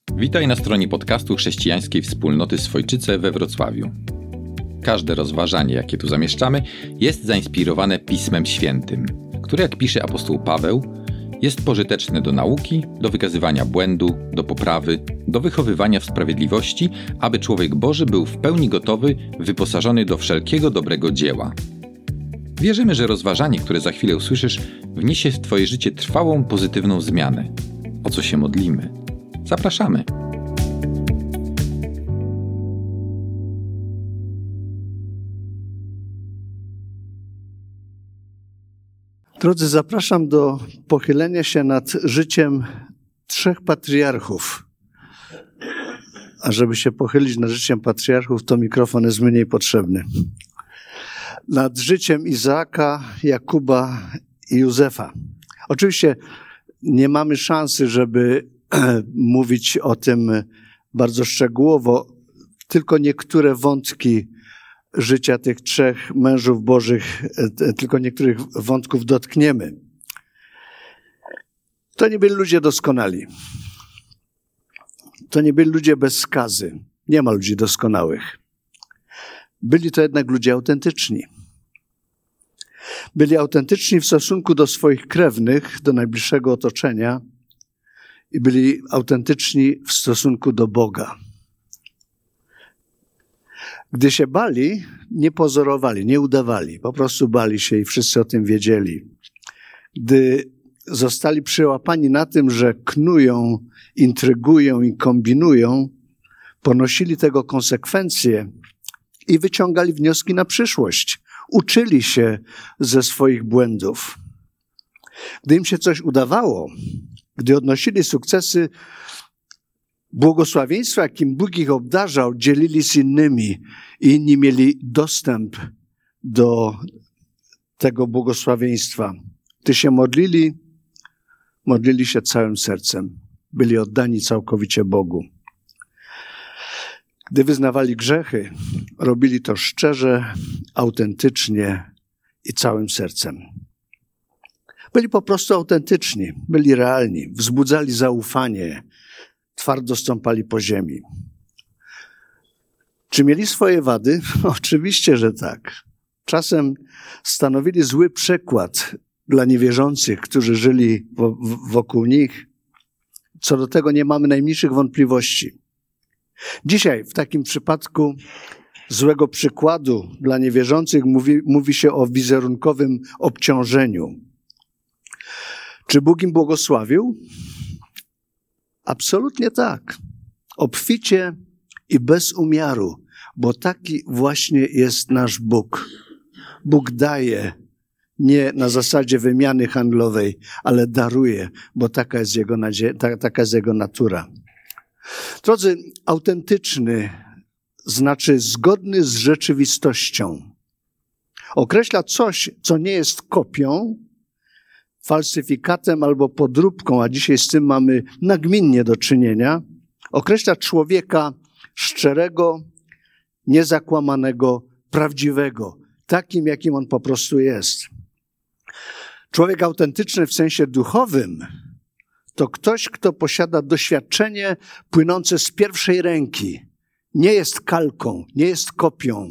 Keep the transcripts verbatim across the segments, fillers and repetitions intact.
Witaj na stronie podcastu Chrześcijańskiej Wspólnoty Swojczyce we Wrocławiu. Każde rozważanie, jakie tu zamieszczamy, jest zainspirowane Pismem Świętym, które, jak pisze apostoł Paweł, jest pożyteczne do nauki, do wykazywania błędu, do poprawy, do wychowywania w sprawiedliwości, aby człowiek Boży był w pełni gotowy, wyposażony do wszelkiego dobrego dzieła. Wierzymy, że rozważanie, które za chwilę usłyszysz, wniesie w Twoje życie trwałą, pozytywną zmianę. O co się modlimy? Zapraszamy! Drodzy, zapraszam do pochylenia się nad życiem trzech patriarchów. A żeby się pochylić nad życiem patriarchów, to mikrofon jest mniej potrzebny. Nad życiem Izaaka, Jakuba i Józefa. Oczywiście nie mamy szansy, żeby mówić o tym bardzo szczegółowo, tylko niektóre wątki życia tych trzech mężów bożych, tylko niektórych wątków dotkniemy. To nie byli ludzie doskonali. To nie byli ludzie bez skazy. Nie ma ludzi doskonałych. Byli to jednak ludzie autentyczni. Byli autentyczni w stosunku do swoich krewnych, do najbliższego otoczenia i byli autentyczni w stosunku do Boga. Gdy się bali, nie pozorowali, nie udawali. Po prostu bali się i wszyscy o tym wiedzieli. Gdy zostali przyłapani na tym, że knują, intrygują i kombinują, ponosili tego konsekwencje i wyciągali wnioski na przyszłość. Uczyli się ze swoich błędów. Gdy im się coś udawało, gdy odnosili sukcesy, błogosławieństwa, jakim Bóg ich obdarzał, dzielili z innymi i inni mieli dostęp do tego błogosławieństwa. Gdy się modlili, modlili się całym sercem. Byli oddani całkowicie Bogu. Gdy wyznawali grzechy, robili to szczerze, autentycznie i całym sercem. Byli po prostu autentyczni, byli realni, wzbudzali zaufanie, twardo stąpali po ziemi. Czy mieli swoje wady? Oczywiście, że tak. Czasem stanowili zły przykład dla niewierzących, którzy żyli wokół nich. Co do tego nie mamy najmniejszych wątpliwości. Dzisiaj w takim przypadku złego przykładu dla niewierzących mówi, mówi się o wizerunkowym obciążeniu. Czy Bóg im błogosławił? Absolutnie tak. Obficie i bez umiaru, bo taki właśnie jest nasz Bóg. Bóg daje nie na zasadzie wymiany handlowej, ale daruje, bo taka jest jego, nadzie- ta, taka jest jego natura. Drodzy, autentyczny znaczy zgodny z rzeczywistością. Określa coś, co nie jest kopią, falsyfikatem albo podróbką, a dzisiaj z tym mamy nagminnie do czynienia. Określa człowieka szczerego, niezakłamanego, prawdziwego, takim, jakim on po prostu jest. Człowiek autentyczny w sensie duchowym to ktoś, kto posiada doświadczenie płynące z pierwszej ręki. Nie jest kalką, nie jest kopią.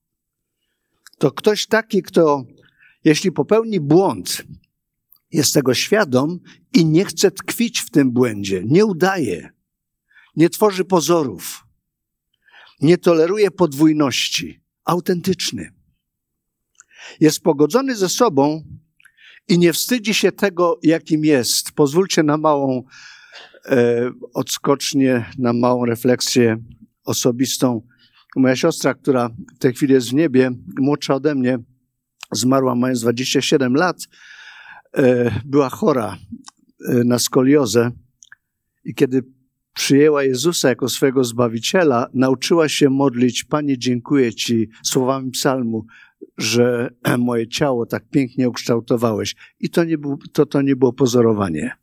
To ktoś taki, kto, jeśli popełni błąd, jest tego świadom i nie chce tkwić w tym błędzie, nie udaje, nie tworzy pozorów, nie toleruje podwójności, autentyczny. Jest pogodzony ze sobą i nie wstydzi się tego, jakim jest. Pozwólcie na małą e, odskocznię, na małą refleksję osobistą. Moja siostra, która w tej chwili jest w niebie, młodsza ode mnie, zmarła mając dwadzieścia siedem lat, e, była chora e, na skoliozę i kiedy przyjęła Jezusa jako swojego Zbawiciela, nauczyła się modlić: Panie, dziękuję Ci, słowami psalmu, że moje ciało tak pięknie ukształtowałeś. I to nie, był, to, to nie było pozorowanie.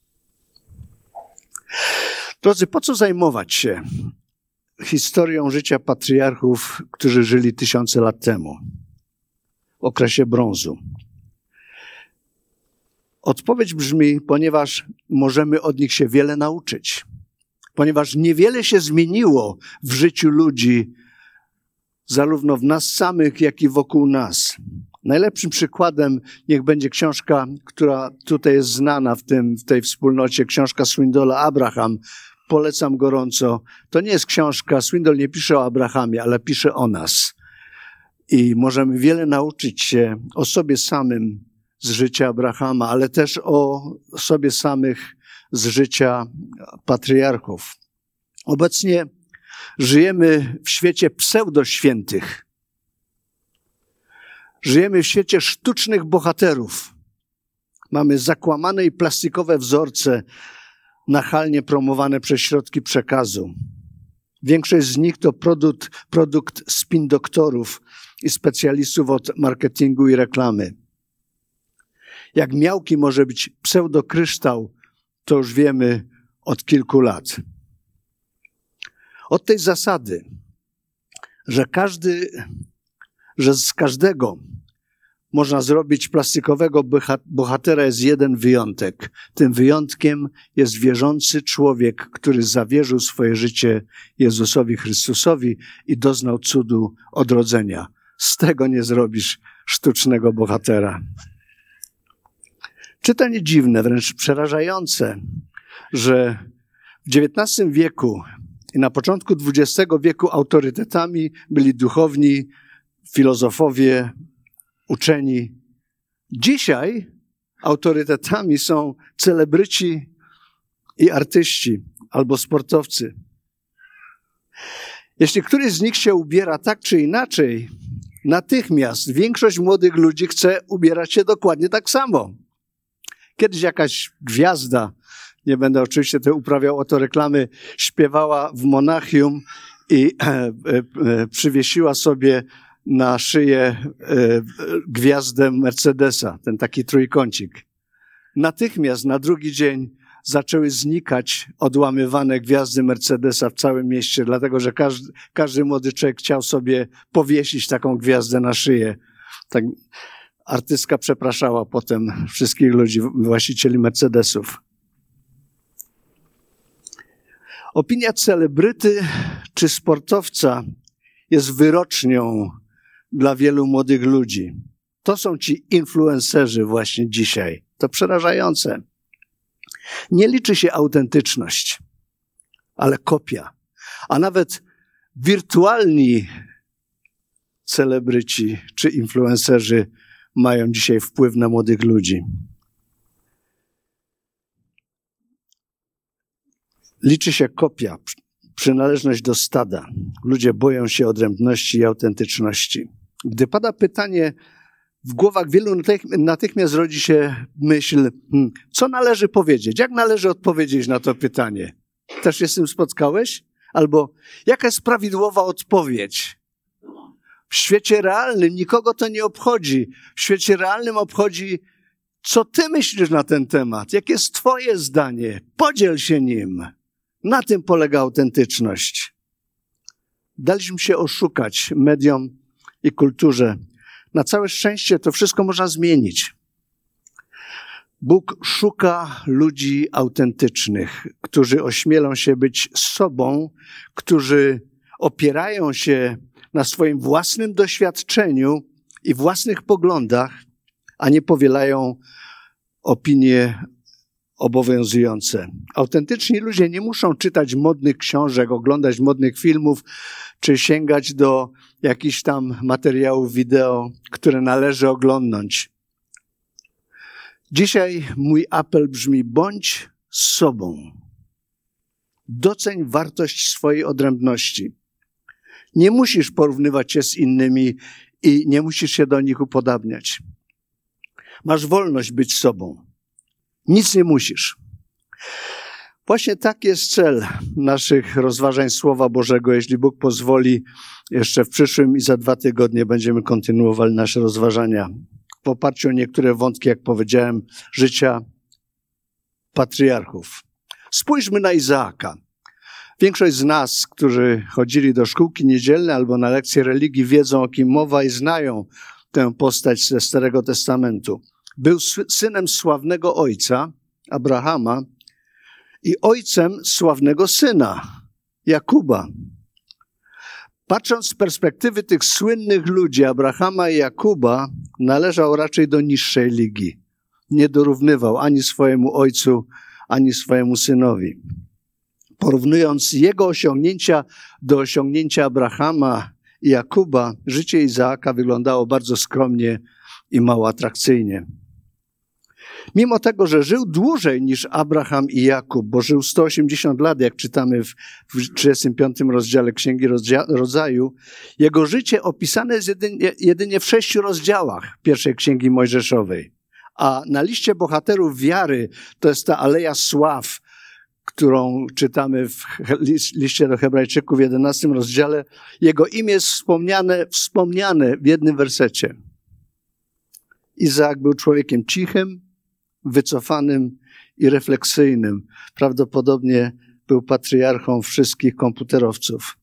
Drodzy, po co zajmować się historią życia patriarchów, którzy żyli tysiące lat temu, w okresie brązu? Odpowiedź brzmi, ponieważ możemy od nich się wiele nauczyć. ponieważ niewiele się zmieniło w życiu ludzi, zarówno w nas samych, jak i wokół nas. Najlepszym przykładem niech będzie książka, która tutaj jest znana w, tym, w tej wspólnocie, książka Swindola Abraham. Polecam gorąco. To nie jest książka, Swindoll nie pisze o Abrahamie, ale pisze o nas. I możemy wiele nauczyć się o sobie samym z życia Abrahama, ale też o sobie samych z życia patriarchów. Obecnie żyjemy w świecie pseudoświętych. Żyjemy w świecie sztucznych bohaterów. Mamy zakłamane i plastikowe wzorce, nachalnie promowane przez środki przekazu. Większość z nich to produkt, produkt spin doktorów i specjalistów od marketingu i reklamy. Jak miałki może być pseudokryształ, to już wiemy od kilku lat. Od tej zasady, że każdy, że z każdego można zrobić plastikowego bohatera, jest jeden wyjątek. Tym wyjątkiem jest wierzący człowiek, który zawierzył swoje życie Jezusowi Chrystusowi i doznał cudu odrodzenia. Z tego nie zrobisz sztucznego bohatera. Czy to nie dziwne, wręcz przerażające, że w dziewiętnastym wieku i na początku dwudziestego wieku autorytetami byli duchowni, filozofowie, uczeni. Dzisiaj autorytetami są celebryci i artyści albo sportowcy. Jeśli któryś z nich się ubiera tak czy inaczej, natychmiast większość młodych ludzi chce ubierać się dokładnie tak samo. Kiedyś jakaś gwiazda, nie będę oczywiście tutaj uprawiał oto reklamy, śpiewała w Monachium i e, e, przywiesiła sobie na szyję e, gwiazdę Mercedesa, ten taki trójkącik. Natychmiast na drugi dzień zaczęły znikać odłamywane gwiazdy Mercedesa w całym mieście, dlatego że każdy, każdy młody człowiek chciał sobie powiesić taką gwiazdę na szyję. Tak, artystka przepraszała potem wszystkich ludzi, właścicieli Mercedesów. Opinia celebryty czy sportowca jest wyrocznią dla wielu młodych ludzi. To są ci influencerzy właśnie dzisiaj. To przerażające. Nie liczy się autentyczność, ale kopia. A nawet wirtualni celebryci czy influencerzy mają dzisiaj wpływ na młodych ludzi. Liczy się kopia, przynależność do stada. Ludzie boją się odrębności i autentyczności. Gdy pada pytanie, w głowach wielu natychmiast rodzi się myśl, hmm, co należy powiedzieć? Jak należy odpowiedzieć na to pytanie? Też się z tym spotkałeś? Albo jaka jest prawidłowa odpowiedź? W świecie realnym nikogo to nie obchodzi. W świecie realnym obchodzi, co ty myślisz na ten temat. Jakie jest twoje zdanie? Podziel się nim. Na tym polega autentyczność. Daliśmy się oszukać mediom i kulturze. Na całe szczęście to wszystko można zmienić. Bóg szuka ludzi autentycznych, którzy ośmielą się być sobą, którzy opierają się na swoim własnym doświadczeniu i własnych poglądach, a nie powielają opinie obowiązujące. Autentyczni ludzie nie muszą czytać modnych książek, oglądać modnych filmów, czy sięgać do jakichś tam materiałów wideo, które należy oglądnąć. Dzisiaj mój apel brzmi: bądź sobą. Doceń wartość swojej odrębności. Nie musisz porównywać się z innymi i nie musisz się do nich upodabniać. Masz wolność być sobą. Nic nie musisz. Właśnie tak jest cel naszych rozważań Słowa Bożego. Jeśli Bóg pozwoli, jeszcze w przyszłym i za dwa tygodnie będziemy kontynuowali nasze rozważania w oparciu o niektóre wątki, jak powiedziałem, życia patriarchów. Spójrzmy na Izaaka. Większość z nas, którzy chodzili do szkółki niedzielne albo na lekcje religii, wiedzą, o kim mowa i znają tę postać ze Starego Testamentu. Był synem sławnego ojca, Abrahama, i ojcem sławnego syna, Jakuba. Patrząc z perspektywy tych słynnych ludzi, Abrahama i Jakuba, należał raczej do niższej ligi. Nie dorównywał ani swojemu ojcu, ani swojemu synowi. Porównując jego osiągnięcia do osiągnięcia Abrahama i Jakuba, życie Izaaka wyglądało bardzo skromnie i mało atrakcyjnie. Mimo tego, że żył dłużej niż Abraham i Jakub, bo żył sto osiemdziesiąt lat, jak czytamy w trzydziestym piątym rozdziale Księgi Rodzaju, jego życie opisane jest jedynie, jedynie w sześciu rozdziałach pierwszej Księgi Mojżeszowej. A na liście bohaterów wiary, to jest ta Aleja Sław, którą czytamy w liście do Hebrajczyków w jedenastym rozdziale, jego imię jest wspomniane, wspomniane w jednym wersecie. Izaak był człowiekiem cichym, wycofanym i refleksyjnym. Prawdopodobnie był patriarchą wszystkich komputerowców.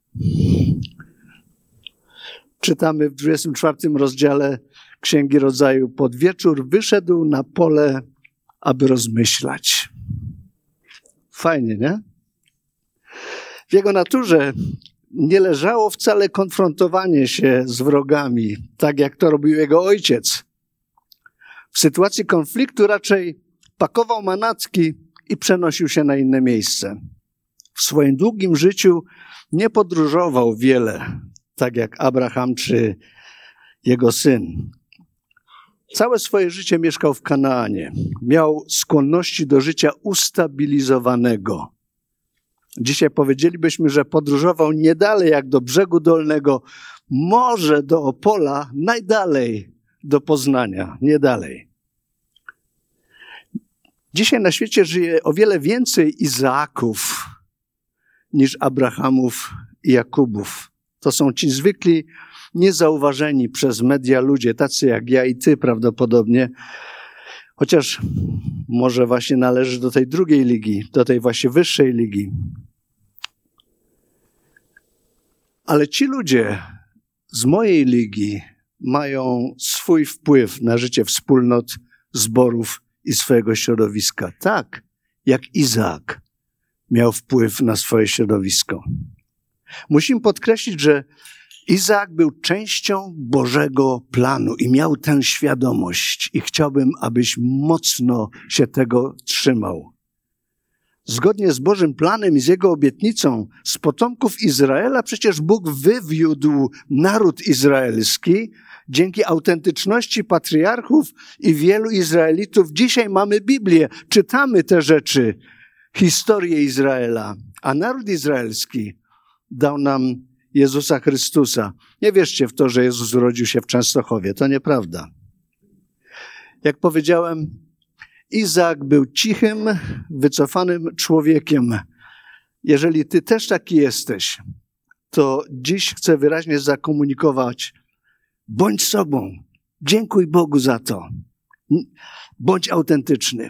Czytamy w dwudziestym czwartym rozdziale Księgi Rodzaju: pod wieczór wyszedł na pole, aby rozmyślać. Fajnie, nie? W jego naturze nie leżało wcale konfrontowanie się z wrogami, tak jak to robił jego ojciec. W sytuacji konfliktu raczej pakował manatki i przenosił się na inne miejsce. W swoim długim życiu nie podróżował wiele, tak jak Abraham czy jego syn. Całe swoje życie mieszkał w Kanaanie. Miał skłonności do życia ustabilizowanego. Dzisiaj powiedzielibyśmy, że podróżował nie dalej jak do Brzegu Dolnego, może do Opola, najdalej do Poznania, nie dalej. Dzisiaj na świecie żyje o wiele więcej Izaaków niż Abrahamów i Jakubów. To są ci zwykli, niezauważeni przez media ludzie, tacy jak ja i ty prawdopodobnie, chociaż może właśnie należy do tej drugiej ligi, do tej właśnie wyższej ligi. Ale ci ludzie z mojej ligi mają swój wpływ na życie wspólnot, zborów i swojego środowiska. Tak, jak Izaak miał wpływ na swoje środowisko. Musimy podkreślić, że Izaak był częścią Bożego planu i miał tę świadomość i chciałbym, abyś mocno się tego trzymał. Zgodnie z Bożym planem i z jego obietnicą z potomków Izraela przecież Bóg wywiódł naród izraelski. Dzięki autentyczności patriarchów i wielu Izraelitów dzisiaj mamy Biblię, czytamy te rzeczy, historię Izraela, a naród izraelski dał nam Jezusa Chrystusa. Nie wierzcie w to, że Jezus urodził się w Częstochowie. To nieprawda. Jak powiedziałem, Izaak był cichym, wycofanym człowiekiem. Jeżeli ty też taki jesteś, to dziś chcę wyraźnie zakomunikować: bądź sobą. Dziękuj Bogu za to. Bądź autentyczny.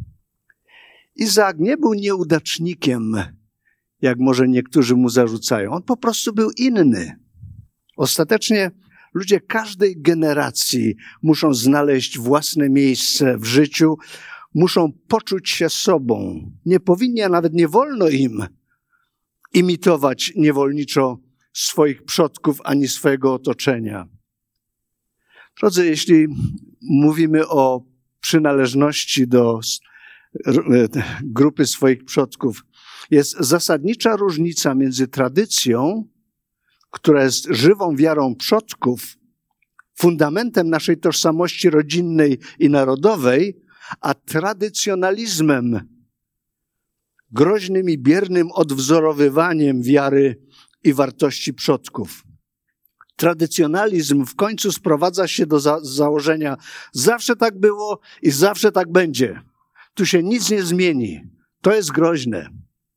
Izaak nie był nieudacznikiem, jak może niektórzy mu zarzucają. On po prostu był inny. Ostatecznie ludzie każdej generacji muszą znaleźć własne miejsce w życiu, muszą poczuć się sobą. Nie powinni, a nawet nie wolno im imitować niewolniczo swoich przodków ani swojego otoczenia. Drodzy, jeśli mówimy o przynależności do grupy swoich przodków, jest zasadnicza różnica między tradycją, która jest żywą wiarą przodków, fundamentem naszej tożsamości rodzinnej i narodowej, a tradycjonalizmem, groźnym i biernym odwzorowywaniem wiary i wartości przodków. Tradycjonalizm w końcu sprowadza się do za- założenia: zawsze tak było i zawsze tak będzie. Tu się nic nie zmieni. To jest groźne.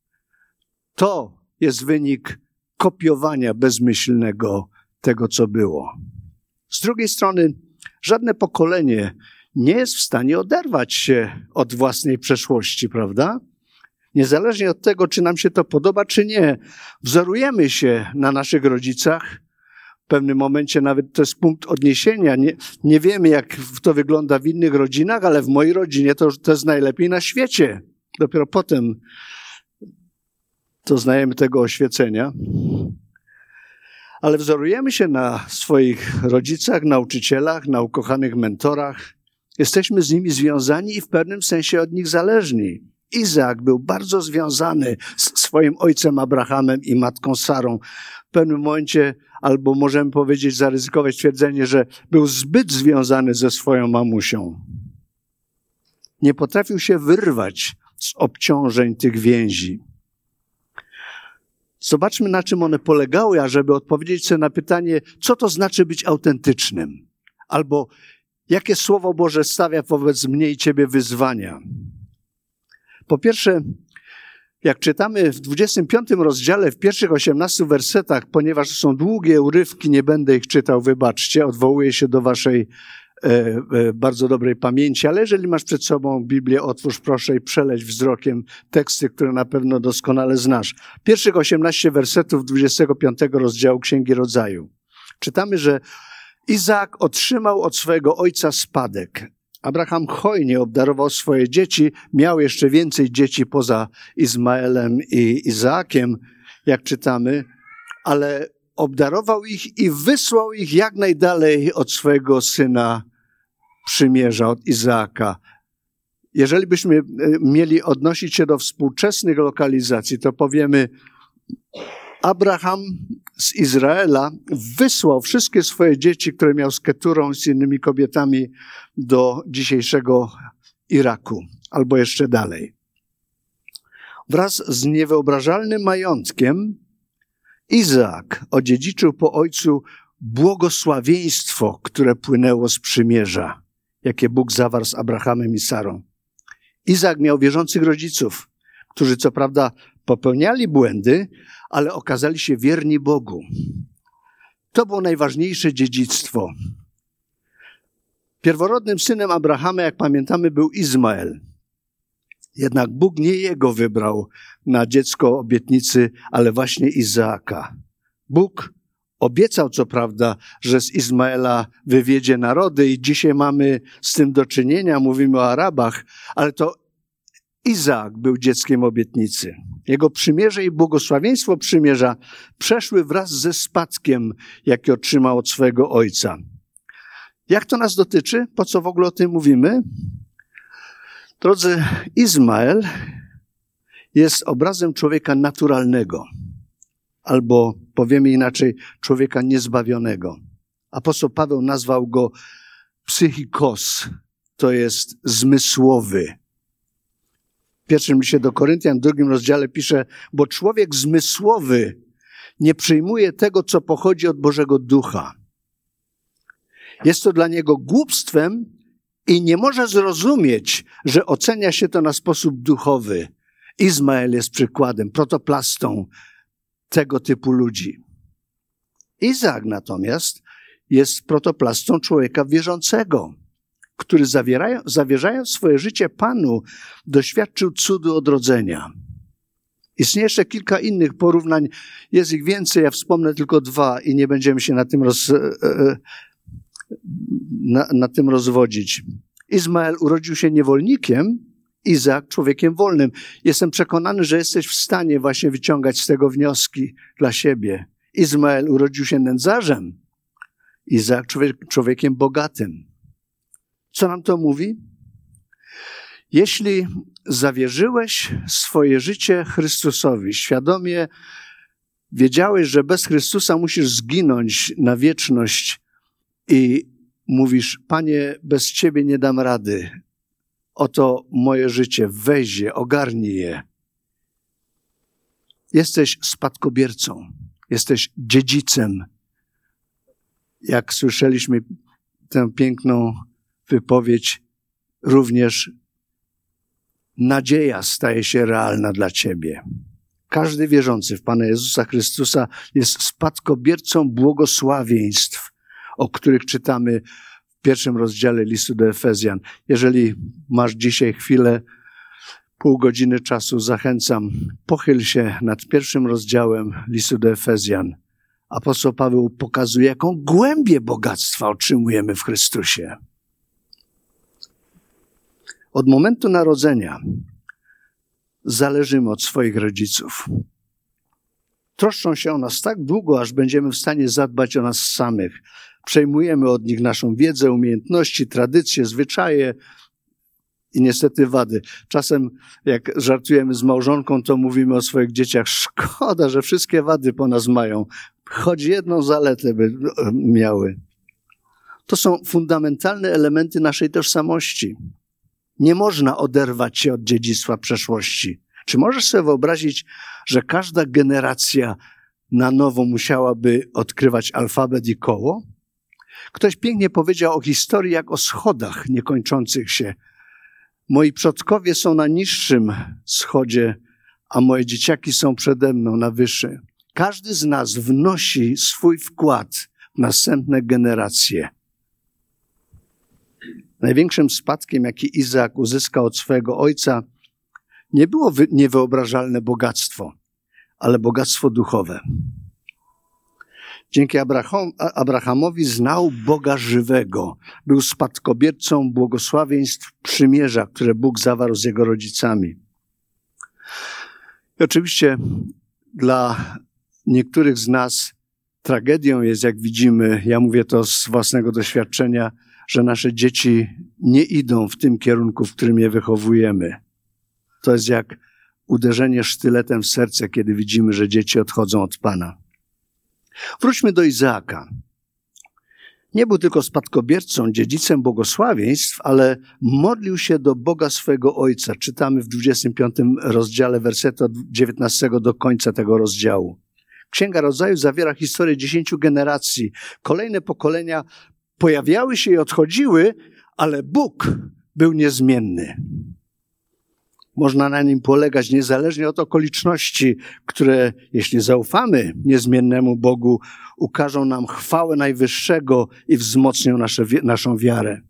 To jest wynik kopiowania bezmyślnego tego, co było. Z drugiej strony, żadne pokolenie nie jest w stanie oderwać się od własnej przeszłości, prawda? Niezależnie od tego, czy nam się to podoba, czy nie, wzorujemy się na naszych rodzicach. W pewnym momencie nawet to jest punkt odniesienia. Nie, nie wiemy, jak to wygląda w innych rodzinach, ale w mojej rodzinie to, to jest najlepiej na świecie. Dopiero potem doznajemy tego oświecenia. Ale wzorujemy się na swoich rodzicach, nauczycielach, na ukochanych mentorach. Jesteśmy z nimi związani i w pewnym sensie od nich zależni. Izaak był bardzo związany z swoim ojcem Abrahamem i matką Sarą. W pewnym momencie, albo możemy powiedzieć, zaryzykować twierdzenie, że był zbyt związany ze swoją mamusią. Nie potrafił się wyrwać z obciążeń tych więzi. Zobaczmy, na czym one polegały, ażeby odpowiedzieć sobie na pytanie, co to znaczy być autentycznym? Albo jakie Słowo Boże stawia wobec mnie i ciebie wyzwania? Po pierwsze, jak czytamy w dwudziestym piątym rozdziale, w pierwszych osiemnastu wersetach, ponieważ są długie urywki, nie będę ich czytał, wybaczcie, odwołuję się do waszej e, e, bardzo dobrej pamięci, ale jeżeli masz przed sobą Biblię, otwórz proszę i przeleć wzrokiem teksty, które na pewno doskonale znasz. Pierwszych osiemnaście wersetów dwudziestego piątego rozdziału Księgi Rodzaju. Czytamy, że Izaak otrzymał od swojego ojca spadek. Abraham hojnie obdarował swoje dzieci, miał jeszcze więcej dzieci poza Izmaelem i Izaakiem, jak czytamy, ale obdarował ich i wysłał ich jak najdalej od swojego syna przymierza, od Izaaka. Jeżeli byśmy mieli odnosić się do współczesnych lokalizacji, to powiemy, Abraham z Izraela wysłał wszystkie swoje dzieci, które miał z Keturą, z innymi kobietami, do dzisiejszego Iraku, albo jeszcze dalej. Wraz z niewyobrażalnym majątkiem Izaak odziedziczył po ojcu błogosławieństwo, które płynęło z przymierza, jakie Bóg zawarł z Abrahamem i Sarą. Izaak miał wierzących rodziców, którzy co prawda popełniali błędy, ale okazali się wierni Bogu. To było najważniejsze dziedzictwo. Pierworodnym synem Abrahama, jak pamiętamy, był Izmael. Jednak Bóg nie jego wybrał na dziecko obietnicy, ale właśnie Izaaka. Bóg obiecał, co prawda, że z Izmaela wywiedzie narody i dzisiaj mamy z tym do czynienia, mówimy o Arabach, ale to Izaak był dzieckiem obietnicy. Jego przymierze i błogosławieństwo przymierza przeszły wraz ze spadkiem, jaki otrzymał od swojego ojca. Jak to nas dotyczy? Po co w ogóle o tym mówimy? Drodzy, Izmael jest obrazem człowieka naturalnego, albo powiemy inaczej, człowieka niezbawionego. Apostoł Paweł nazwał go psychikos, to jest zmysłowy. W pierwszym liście do Koryntian, w drugim rozdziale pisze, bo człowiek zmysłowy nie przyjmuje tego, co pochodzi od Bożego Ducha. Jest to dla niego głupstwem i nie może zrozumieć, że ocenia się to na sposób duchowy. Izmael jest przykładem, protoplastą tego typu ludzi. Izaak natomiast jest protoplastą człowieka wierzącego, który zawierają, zawierzając swoje życie Panu, doświadczył cudu odrodzenia. Istnieje jeszcze kilka innych porównań, jest ich więcej, ja wspomnę tylko dwa i nie będziemy się na tym, roz, na, na tym rozwodzić. Izmael urodził się niewolnikiem, Izaak człowiekiem wolnym. Jestem przekonany, że jesteś w stanie właśnie wyciągać z tego wnioski dla siebie. Izmael urodził się nędzarzem, Izaak człowiek, człowiekiem bogatym. Co nam to mówi? Jeśli zawierzyłeś swoje życie Chrystusowi, świadomie wiedziałeś, że bez Chrystusa musisz zginąć na wieczność i mówisz, Panie, bez Ciebie nie dam rady. Oto moje życie, weź je, ogarnij je. Jesteś spadkobiercą, jesteś dziedzicem. Jak słyszeliśmy tę piękną wypowiedź, również nadzieja staje się realna dla Ciebie. Każdy wierzący w Pana Jezusa Chrystusa jest spadkobiercą błogosławieństw, o których czytamy w pierwszym rozdziale listu do Efezjan. Jeżeli masz dzisiaj chwilę, pół godziny czasu, zachęcam, pochyl się nad pierwszym rozdziałem listu do Efezjan. Apostoł Paweł pokazuje, jaką głębię bogactwa otrzymujemy w Chrystusie. Od momentu narodzenia zależymy od swoich rodziców. Troszczą się o nas tak długo, aż będziemy w stanie zadbać o nas samych. Przejmujemy od nich naszą wiedzę, umiejętności, tradycje, zwyczaje i niestety wady. Czasem jak żartujemy z małżonką, to mówimy o swoich dzieciach, szkoda, że wszystkie wady po nas mają. Choć jedną zaletę by miały. To są fundamentalne elementy naszej tożsamości. Nie można oderwać się od dziedzictwa przeszłości. Czy możesz sobie wyobrazić, że każda generacja na nowo musiałaby odkrywać alfabet i koło? Ktoś pięknie powiedział o historii jak o schodach niekończących się. Moi przodkowie są na niższym schodzie, a moje dzieciaki są przede mną na wyższym. Każdy z nas wnosi swój wkład w następne generacje. Największym spadkiem, jaki Izaak uzyskał od swojego ojca, nie było niewyobrażalne bogactwo, ale bogactwo duchowe. Dzięki Abraham, Abrahamowi znał Boga żywego. Był spadkobiercą błogosławieństw przymierza, które Bóg zawarł z jego rodzicami. I oczywiście dla niektórych z nas tragedią jest, jak widzimy, ja mówię to z własnego doświadczenia, że nasze dzieci nie idą w tym kierunku, w którym je wychowujemy. To jest jak uderzenie sztyletem w serce, kiedy widzimy, że dzieci odchodzą od Pana. Wróćmy do Izaaka. Nie był tylko spadkobiercą, dziedzicem błogosławieństw, ale modlił się do Boga swego ojca. Czytamy w dwudziestym piątym rozdziale, wersetu od dziewiętnastego do końca tego rozdziału. Księga Rodzaju zawiera historię dziesięciu generacji. Kolejne pokolenia pojawiały się i odchodziły, ale Bóg był niezmienny. Można na nim polegać niezależnie od okoliczności, które, jeśli zaufamy niezmiennemu Bogu, ukażą nam chwałę Najwyższego i wzmocnią nasze, naszą wiarę.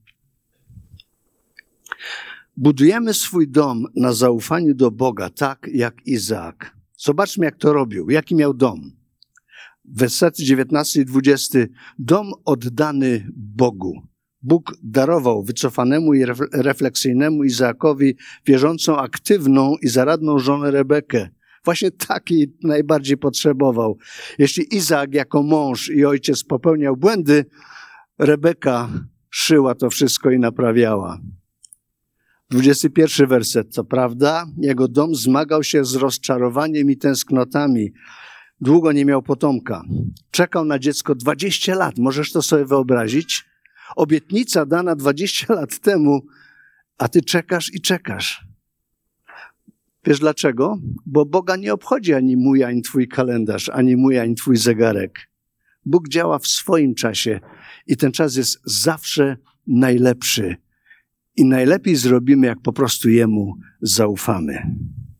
Budujemy swój dom na zaufaniu do Boga, tak jak Izaak. Zobaczmy, jak to robił, jaki miał dom. Wersety dziewiętnasty i dwudziesty. Dom oddany Bogu. Bóg darował wycofanemu i refleksyjnemu Izaakowi wierzącą, aktywną i zaradną żonę Rebekę. Właśnie takiej najbardziej potrzebował. Jeśli Izaak jako mąż i ojciec popełniał błędy, Rebeka szyła to wszystko i naprawiała. dwudziesty pierwszy werset. Co prawda, jego dom zmagał się z rozczarowaniem i tęsknotami. Długo nie miał potomka. Czekał na dziecko dwadzieścia lat. Możesz to sobie wyobrazić? Obietnica dana dwadzieścia lat temu, a ty czekasz i czekasz. Wiesz dlaczego? Bo Boga nie obchodzi ani mój, ani twój kalendarz, ani mój, ani twój zegarek. Bóg działa w swoim czasie i ten czas jest zawsze najlepszy. I najlepiej zrobimy, jak po prostu Jemu zaufamy.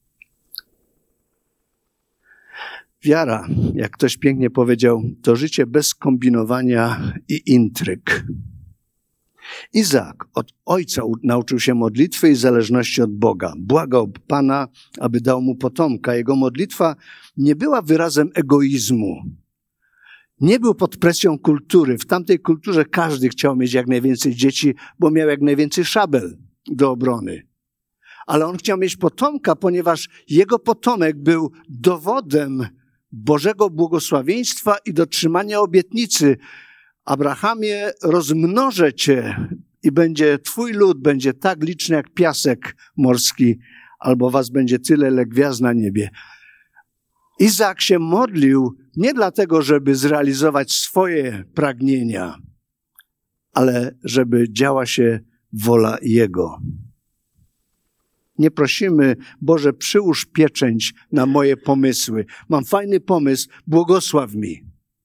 Wiara, jak ktoś pięknie powiedział, to życie bez kombinowania i intryg. Izaak od ojca nauczył się modlitwy i zależności od Boga. Błagał Pana, aby dał mu potomka. Jego modlitwa nie była wyrazem egoizmu. Nie był pod presją kultury. W tamtej kulturze każdy chciał mieć jak najwięcej dzieci, bo miał jak najwięcej szabel do obrony. Ale on chciał mieć potomka, ponieważ jego potomek był dowodem Bożego błogosławieństwa i dotrzymania obietnicy. Abrahamie, rozmnożę cię i będzie twój lud będzie tak liczny jak piasek morski, albo was będzie tyle, ile gwiazd na niebie. Izaak się modlił nie dlatego, żeby zrealizować swoje pragnienia, ale żeby działa się wola Jego. Nie prosimy, Boże, przyłóż pieczęć na moje pomysły. Mam fajny pomysł, błogosław mi.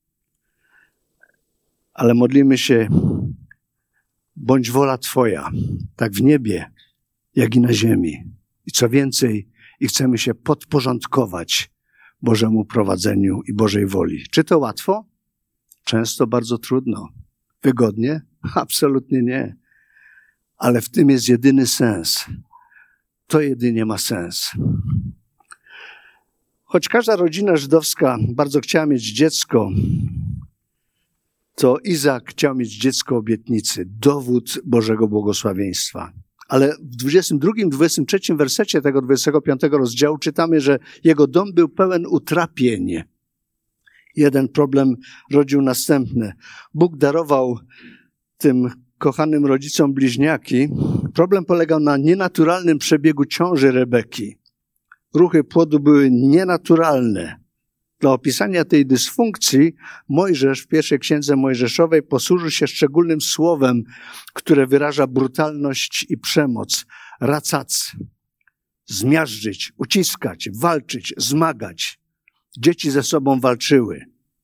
Ale modlimy się, bądź wola Twoja, tak w niebie, jak i na ziemi. I co więcej, i chcemy się podporządkować Bożemu prowadzeniu i Bożej woli. Czy to łatwo? Często bardzo trudno. Wygodnie? Absolutnie nie. Ale w tym jest jedyny sens. To jedynie ma sens. Choć każda rodzina żydowska bardzo chciała mieć dziecko, to Izaak chciał mieć dziecko obietnicy, dowód Bożego błogosławieństwa. Ale w dwudziestym drugim, dwudziestym trzecim wersecie tego dwudziestego piątego rozdziału czytamy, że jego dom był pełen utrapień. Jeden problem rodził następny. Bóg darował tym kochanym rodzicom bliźniaki. Problem polegał na nienaturalnym przebiegu ciąży Rebeki. Ruchy płodu były nienaturalne. Dla opisania tej dysfunkcji Mojżesz w pierwszej księdze Mojżeszowej posłużył się szczególnym słowem, które wyraża brutalność i przemoc. Racac. Zmiażdżyć, uciskać, walczyć, zmagać. Dzieci ze sobą walczyły.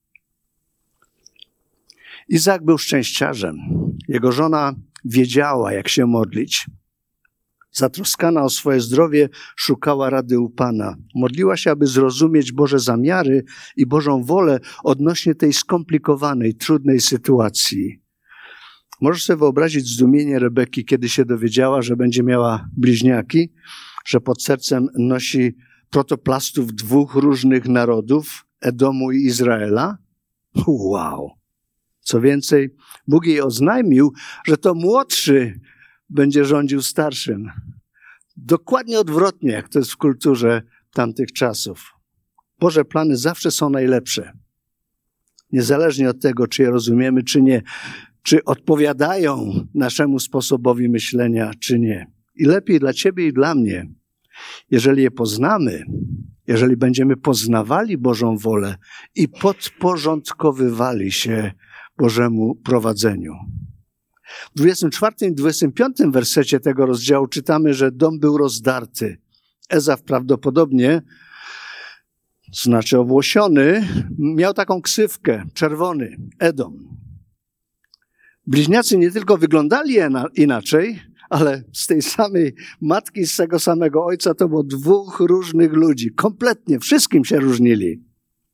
Izaak był szczęściarzem. Jego żona wiedziała, jak się modlić. Zatroskana o swoje zdrowie, szukała rady u Pana. Modliła się, aby zrozumieć Boże zamiary i Bożą wolę odnośnie tej skomplikowanej, trudnej sytuacji. Możesz sobie wyobrazić zdumienie Rebeki, kiedy się dowiedziała, że będzie miała bliźniaki, że pod sercem nosi protoplastów dwóch różnych narodów, Edomu i Izraela? Wow! Co więcej, Bóg jej oznajmił, że to młodszy będzie rządził starszym. Dokładnie odwrotnie, jak to jest w kulturze tamtych czasów. Boże plany zawsze są najlepsze. Niezależnie od tego, czy je rozumiemy, czy nie. Czy odpowiadają naszemu sposobowi myślenia, czy nie. I lepiej dla ciebie i dla mnie, jeżeli je poznamy, jeżeli będziemy poznawali Bożą wolę i podporządkowywali się Bożemu prowadzeniu. W dwudziestym czwartym i dwudziestym piątym wersecie tego rozdziału czytamy, że dom był rozdarty. Ezaw prawdopodobnie, znaczy owłosiony, miał taką ksywkę, czerwony, Edom. Bliźniacy nie tylko wyglądali inaczej, ale z tej samej matki, z tego samego ojca to było dwóch różnych ludzi. Kompletnie, wszystkim się różnili.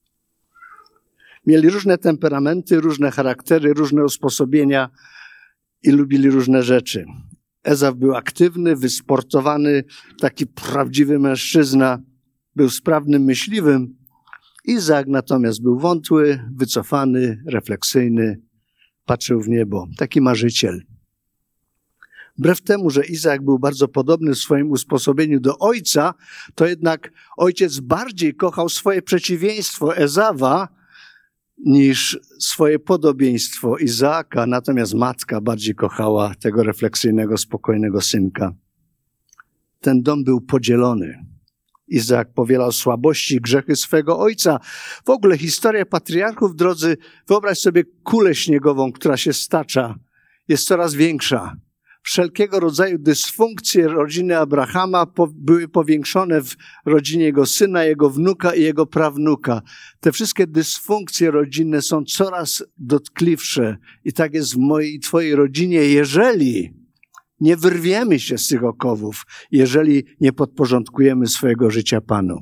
Mieli różne temperamenty, różne charaktery, różne usposobienia i lubili różne rzeczy. Ezaw był aktywny, wysportowany, taki prawdziwy mężczyzna, był sprawnym myśliwym. Izaak natomiast był wątły, wycofany, refleksyjny, patrzył w niebo, taki marzyciel. Wbrew temu, że Izaak był bardzo podobny w swoim usposobieniu do ojca, to jednak ojciec bardziej kochał swoje przeciwieństwo Ezawa niż swoje podobieństwo Izaaka, natomiast matka bardziej kochała tego refleksyjnego, spokojnego synka. Ten dom był podzielony. Izaak powielał słabości i grzechy swego ojca. W ogóle historia patriarchów, drodzy, wyobraź sobie kulę śniegową, która się stacza, jest coraz większa. Wszelkiego rodzaju dysfunkcje rodziny Abrahama po, były powiększone w rodzinie jego syna, jego wnuka i jego prawnuka. Te wszystkie dysfunkcje rodzinne są coraz dotkliwsze. I tak jest w mojej i twojej rodzinie, jeżeli nie wyrwiemy się z tych okowów, jeżeli nie podporządkujemy swojego życia Panu.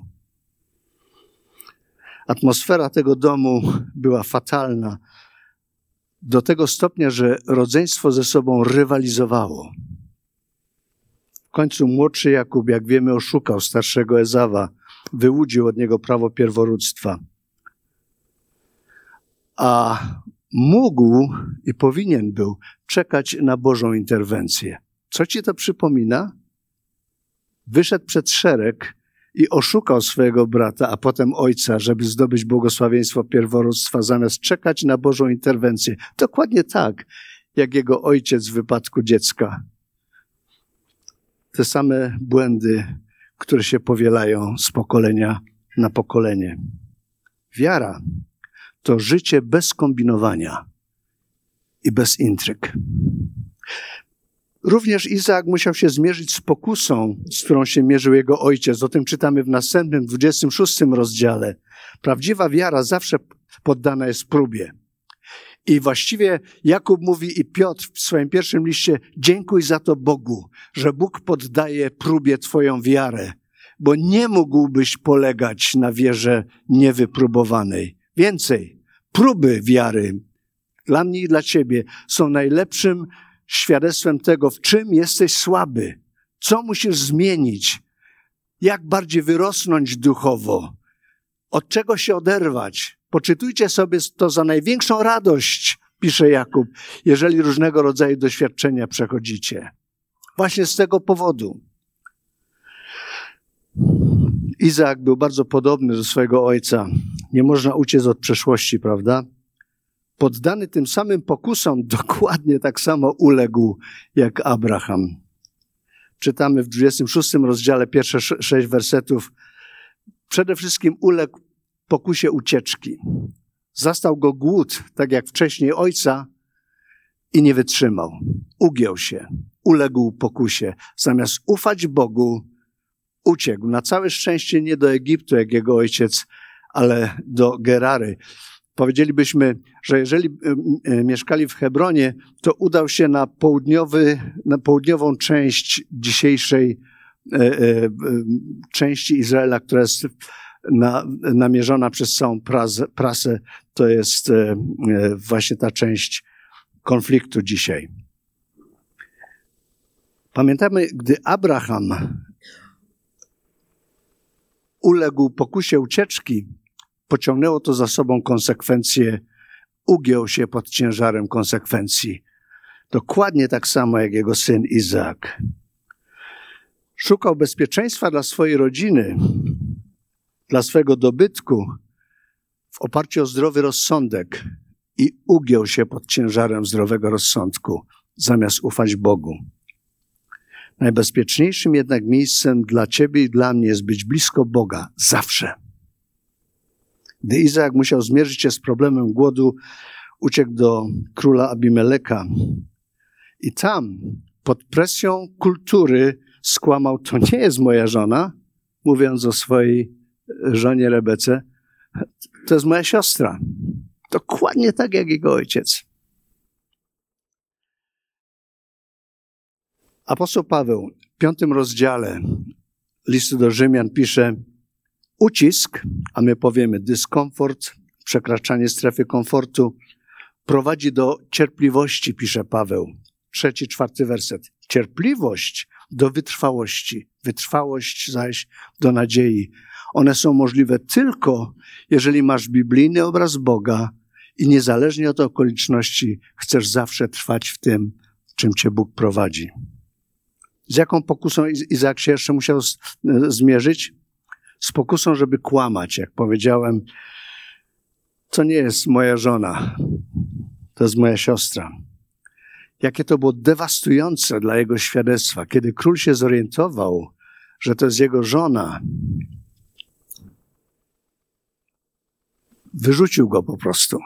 Atmosfera tego domu była fatalna. Do tego stopnia, że rodzeństwo ze sobą rywalizowało. W końcu młodszy Jakub, jak wiemy, oszukał starszego Ezawa, wyłudził od niego prawo pierworództwa. A mógł i powinien był czekać na Bożą interwencję. Co ci to przypomina? Wyszedł przed szereg i oszukał swojego brata, a potem ojca, żeby zdobyć błogosławieństwo pierworództwa, zamiast czekać na Bożą interwencję. Dokładnie tak, jak jego ojciec w wypadku dziecka. Te same błędy, które się powielają z pokolenia na pokolenie. Wiara to życie bez kombinowania i bez intryg. Również Izaak musiał się zmierzyć z pokusą, z którą się mierzył jego ojciec. O tym czytamy w następnym, dwudziestym szóstym rozdziale. Prawdziwa wiara zawsze poddana jest próbie. I właściwie Jakub mówi i Piotr w swoim pierwszym liście: dziękuj za to Bogu, że Bóg poddaje próbie twoją wiarę, bo nie mógłbyś polegać na wierze niewypróbowanej. Więcej, próby wiary dla mnie i dla ciebie są najlepszym świadectwem tego, w czym jesteś słaby, co musisz zmienić, jak bardziej wyrosnąć duchowo, od czego się oderwać. Poczytujcie sobie to za największą radość, pisze Jakub, jeżeli różnego rodzaju doświadczenia przechodzicie. Właśnie z tego powodu. Izaak był bardzo podobny do swojego ojca. Nie można uciec od przeszłości, prawda? Poddany tym samym pokusom dokładnie tak samo uległ jak Abraham. Czytamy w dwudziestym szóstym rozdziale pierwsze sześć wersetów. Przede wszystkim uległ pokusie ucieczki. Zastał go głód, tak jak wcześniej ojca, i nie wytrzymał. Ugiął się, uległ pokusie. Zamiast ufać Bogu, uciekł. Na całe szczęście nie do Egiptu, jak jego ojciec, ale do Gerary. Powiedzielibyśmy, że jeżeli mieszkali w Hebronie, to udał się na, południowy, na południową część dzisiejszej e, e, części Izraela, która jest na, namierzona przez całą prasę, prasę. To jest e, właśnie ta część konfliktu dzisiaj. Pamiętamy, gdy Abraham uległ pokusie ucieczki, pociągnęło to za sobą konsekwencje, ugiął się pod ciężarem konsekwencji. Dokładnie tak samo jak jego syn Izaak. Szukał bezpieczeństwa dla swojej rodziny, dla swojego dobytku w oparciu o zdrowy rozsądek i ugiął się pod ciężarem zdrowego rozsądku, zamiast ufać Bogu. Najbezpieczniejszym jednak miejscem dla ciebie i dla mnie jest być blisko Boga zawsze. Gdy Izaak musiał zmierzyć się z problemem głodu, uciekł do króla Abimeleka i tam pod presją kultury skłamał: to nie jest moja żona, mówiąc o swojej żonie Rebece, to jest moja siostra. Dokładnie tak jak jego ojciec. Apostoł Paweł w piątym rozdziale listu do Rzymian pisze: ucisk, a my powiemy dyskomfort, przekraczanie strefy komfortu, prowadzi do cierpliwości, pisze Paweł. Trzeci, czwarty werset. Cierpliwość do wytrwałości, wytrwałość zaś do nadziei. One są możliwe tylko, jeżeli masz biblijny obraz Boga i niezależnie od okoliczności chcesz zawsze trwać w tym, czym cię Bóg prowadzi. Z jaką pokusą Izaak się jeszcze musiał zmierzyć? Z pokusą, żeby kłamać. Jak powiedziałem, to nie jest moja żona, to jest moja siostra. Jakie to było dewastujące dla jego świadectwa. Kiedy król się zorientował, że to jest jego żona, wyrzucił go po prostu.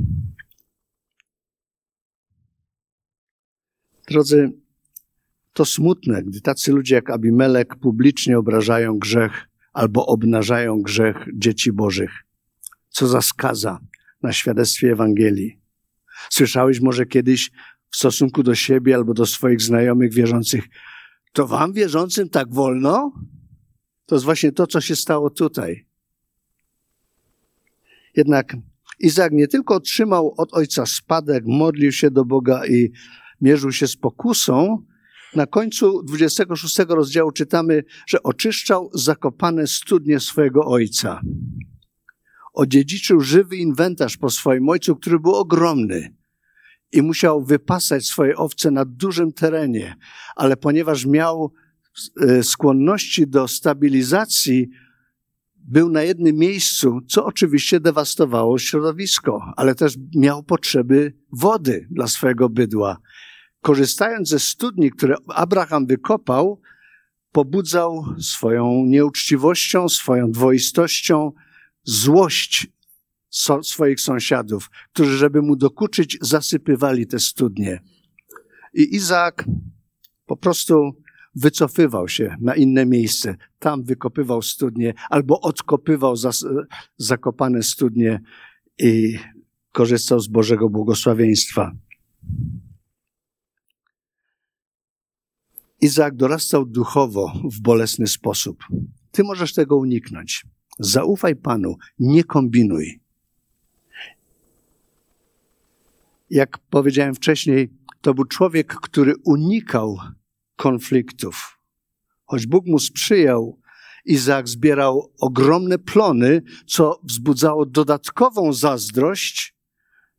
Drodzy, to smutne, gdy tacy ludzie jak Abimelek publicznie obrażają grzech albo obnażają grzech dzieci Bożych. Co za skaza na świadectwie Ewangelii. Słyszałeś może kiedyś w stosunku do siebie albo do swoich znajomych wierzących: to wam wierzącym tak wolno? To jest właśnie to, co się stało tutaj. Jednak Izaak nie tylko otrzymał od ojca spadek, modlił się do Boga i mierzył się z pokusą. Na końcu dwudziestego szóstego rozdziału czytamy, że oczyszczał zakopane studnie swojego ojca. Odziedziczył żywy inwentarz po swoim ojcu, który był ogromny i musiał wypasać swoje owce na dużym terenie, ale ponieważ miał skłonności do stabilizacji, był na jednym miejscu, co oczywiście dewastowało środowisko, ale też miał potrzeby wody dla swojego bydła. Korzystając ze studni, które Abraham wykopał, pobudzał swoją nieuczciwością, swoją dwoistością złość so, swoich sąsiadów, którzy, żeby mu dokuczyć, zasypywali te studnie. I Izaak po prostu wycofywał się na inne miejsce. Tam wykopywał studnie albo odkopywał zas, zakopane studnie i korzystał z Bożego błogosławieństwa. Izaak dorastał duchowo w bolesny sposób. Ty możesz tego uniknąć. Zaufaj Panu, nie kombinuj. Jak powiedziałem wcześniej, to był człowiek, który unikał konfliktów. Choć Bóg mu sprzyjał, Izaak zbierał ogromne plony, co wzbudzało dodatkową zazdrość.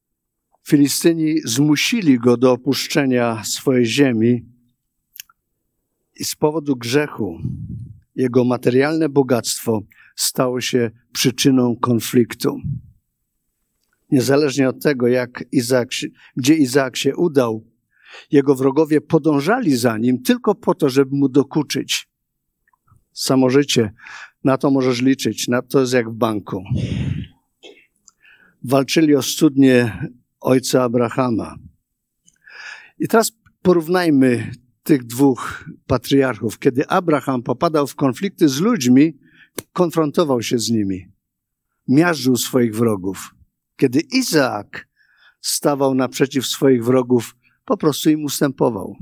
Filistyni zmusili go do opuszczenia swojej ziemi. I z powodu grzechu jego materialne bogactwo stało się przyczyną konfliktu. Niezależnie od tego, jak Izaak, gdzie Izaak się udał, jego wrogowie podążali za nim tylko po to, żeby mu dokuczyć. Samo życie, na to możesz liczyć, na to jest jak w banku. Walczyli o studnię ojca Abrahama. I teraz porównajmy tych dwóch patriarchów. Kiedy Abraham popadał w konflikty z ludźmi, konfrontował się z nimi. Miażdżył swoich wrogów. Kiedy Izaak stawał naprzeciw swoich wrogów, po prostu im ustępował.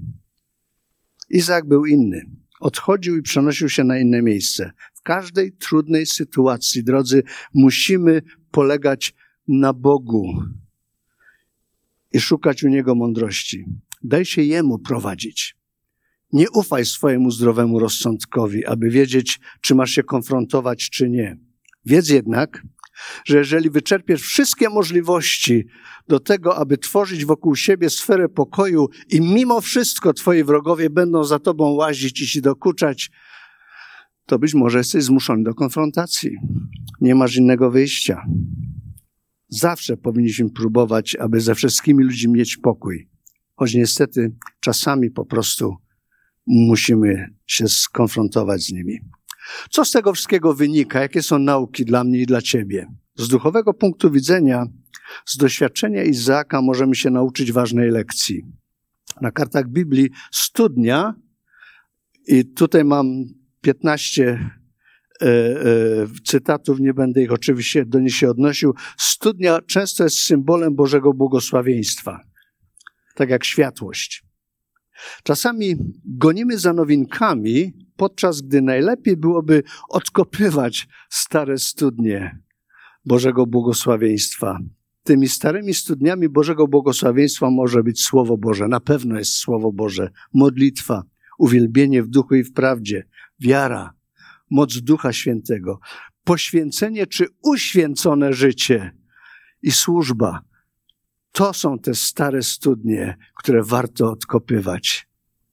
Izaak był inny. Odchodził i przenosił się na inne miejsce. W każdej trudnej sytuacji, drodzy, musimy polegać na Bogu i szukać u Niego mądrości. Daj się Jemu prowadzić. Nie ufaj swojemu zdrowemu rozsądkowi, aby wiedzieć, czy masz się konfrontować, czy nie. Wiedz jednak, że jeżeli wyczerpiesz wszystkie możliwości do tego, aby tworzyć wokół siebie sferę pokoju i mimo wszystko twoi wrogowie będą za tobą łazić i ci dokuczać, to być może jesteś zmuszony do konfrontacji. Nie masz innego wyjścia. Zawsze powinniśmy próbować, aby ze wszystkimi ludźmi mieć pokój. Choć niestety czasami po prostu musimy się skonfrontować z nimi. Co z tego wszystkiego wynika? Jakie są nauki dla mnie i dla ciebie? Z duchowego punktu widzenia, z doświadczenia Izaaka możemy się nauczyć ważnej lekcji. Na kartach Biblii studnia, i tutaj mam piętnaście e, e, cytatów, nie będę ich oczywiście do nich się odnosił. Studnia często jest symbolem Bożego błogosławieństwa, tak jak światłość. Czasami gonimy za nowinkami, podczas gdy najlepiej byłoby odkopywać stare studnie Bożego błogosławieństwa. Tymi starymi studniami Bożego błogosławieństwa może być Słowo Boże. Na pewno jest Słowo Boże. Modlitwa, uwielbienie w duchu i w prawdzie, wiara, moc Ducha Świętego, poświęcenie czy uświęcone życie i służba. To są te stare studnie, które warto odkopywać.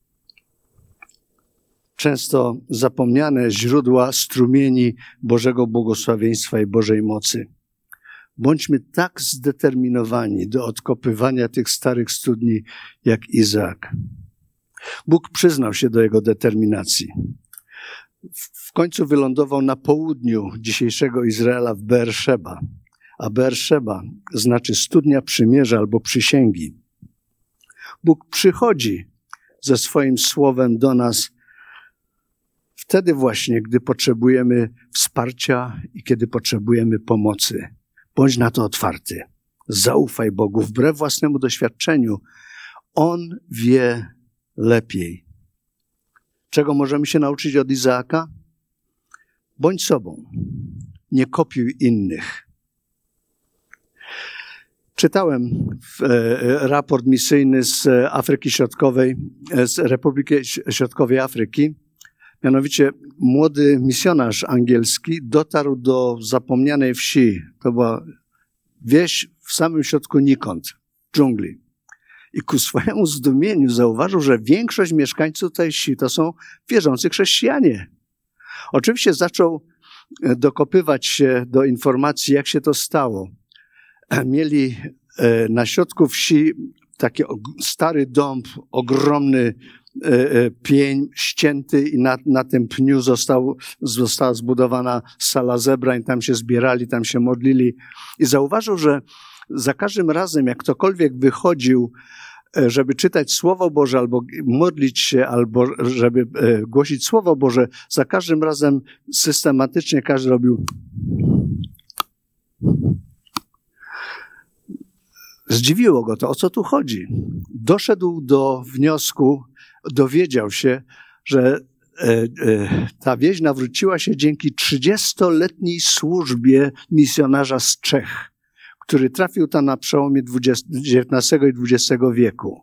Często zapomniane źródła strumieni Bożego błogosławieństwa i Bożej mocy. Bądźmy tak zdeterminowani do odkopywania tych starych studni jak Izaak. Bóg przyznał się do jego determinacji. W końcu wylądował na południu dzisiejszego Izraela w Beerszeba. A Beerszeba znaczy studnia przymierza albo przysięgi. Bóg przychodzi ze swoim słowem do nas wtedy właśnie, gdy potrzebujemy wsparcia i kiedy potrzebujemy pomocy. Bądź na to otwarty. Zaufaj Bogu wbrew własnemu doświadczeniu. On wie lepiej. Czego możemy się nauczyć od Izaaka? Bądź sobą. Nie kopiuj innych. Czytałem raport misyjny z Afryki Środkowej, z Republiki Środkowej Afryki. Mianowicie młody misjonarz angielski dotarł do zapomnianej wsi. To była wieś w samym środku nikąd, dżungli. I ku swojemu zdumieniu zauważył, że większość mieszkańców tej wsi to są wierzący chrześcijanie. Oczywiście zaczął dokopywać się do informacji, jak się to stało. Mieli na środku wsi taki stary dąb, ogromny pień ścięty i na, na tym pniu został, została zbudowana sala zebrań, tam się zbierali, tam się modlili. I zauważył, że za każdym razem, jak ktokolwiek wychodził, żeby czytać Słowo Boże, albo modlić się, albo żeby głosić Słowo Boże, za każdym razem systematycznie każdy robił. Zdziwiło go to, o co tu chodzi. Doszedł do wniosku, dowiedział się, że ta wieś nawróciła się dzięki trzydziestoletniej służbie misjonarza z Czech, który trafił tam na przełomie dziewiętnastego i dwudziestego wieku.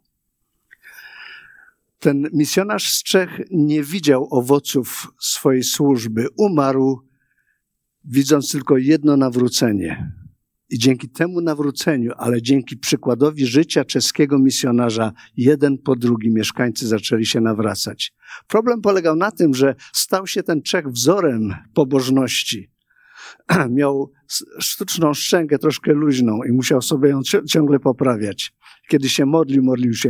Ten misjonarz z Czech nie widział owoców swojej służby. Umarł, widząc tylko jedno nawrócenie. I dzięki temu nawróceniu, ale dzięki przykładowi życia czeskiego misjonarza, jeden po drugim mieszkańcy zaczęli się nawracać. Problem polegał na tym, że stał się ten Czech wzorem pobożności. Miał sztuczną szczękę, troszkę luźną i musiał sobie ją ciągle poprawiać. Kiedy się modlił, modlił się.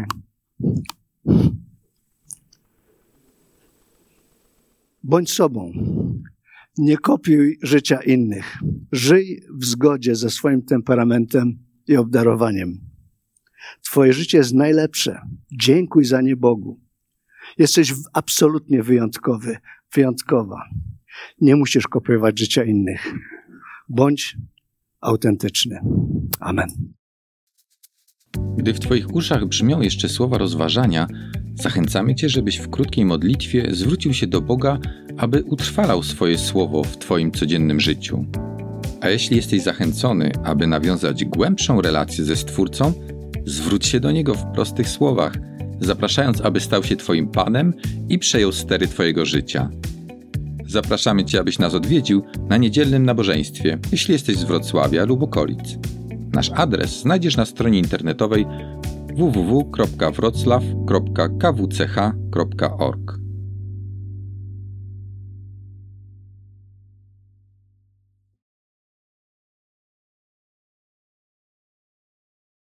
Bądź sobą. Nie kopiuj życia innych. Żyj w zgodzie ze swoim temperamentem i obdarowaniem. Twoje życie jest najlepsze. Dziękuj za nie Bogu. Jesteś absolutnie wyjątkowy, wyjątkowa. Nie musisz kopiować życia innych. Bądź autentyczny. Amen. Gdy w Twoich uszach brzmią jeszcze słowa rozważania, zachęcamy Cię, żebyś w krótkiej modlitwie zwrócił się do Boga, aby utrwalał swoje słowo w Twoim codziennym życiu. A jeśli jesteś zachęcony, aby nawiązać głębszą relację ze Stwórcą, zwróć się do Niego w prostych słowach, zapraszając, aby stał się Twoim Panem i przejął stery Twojego życia. Zapraszamy Cię, abyś nas odwiedził na niedzielnym nabożeństwie, jeśli jesteś z Wrocławia lub okolic. Nasz adres znajdziesz na stronie internetowej w w w kropka wroclaw kropka k w c h kropka org.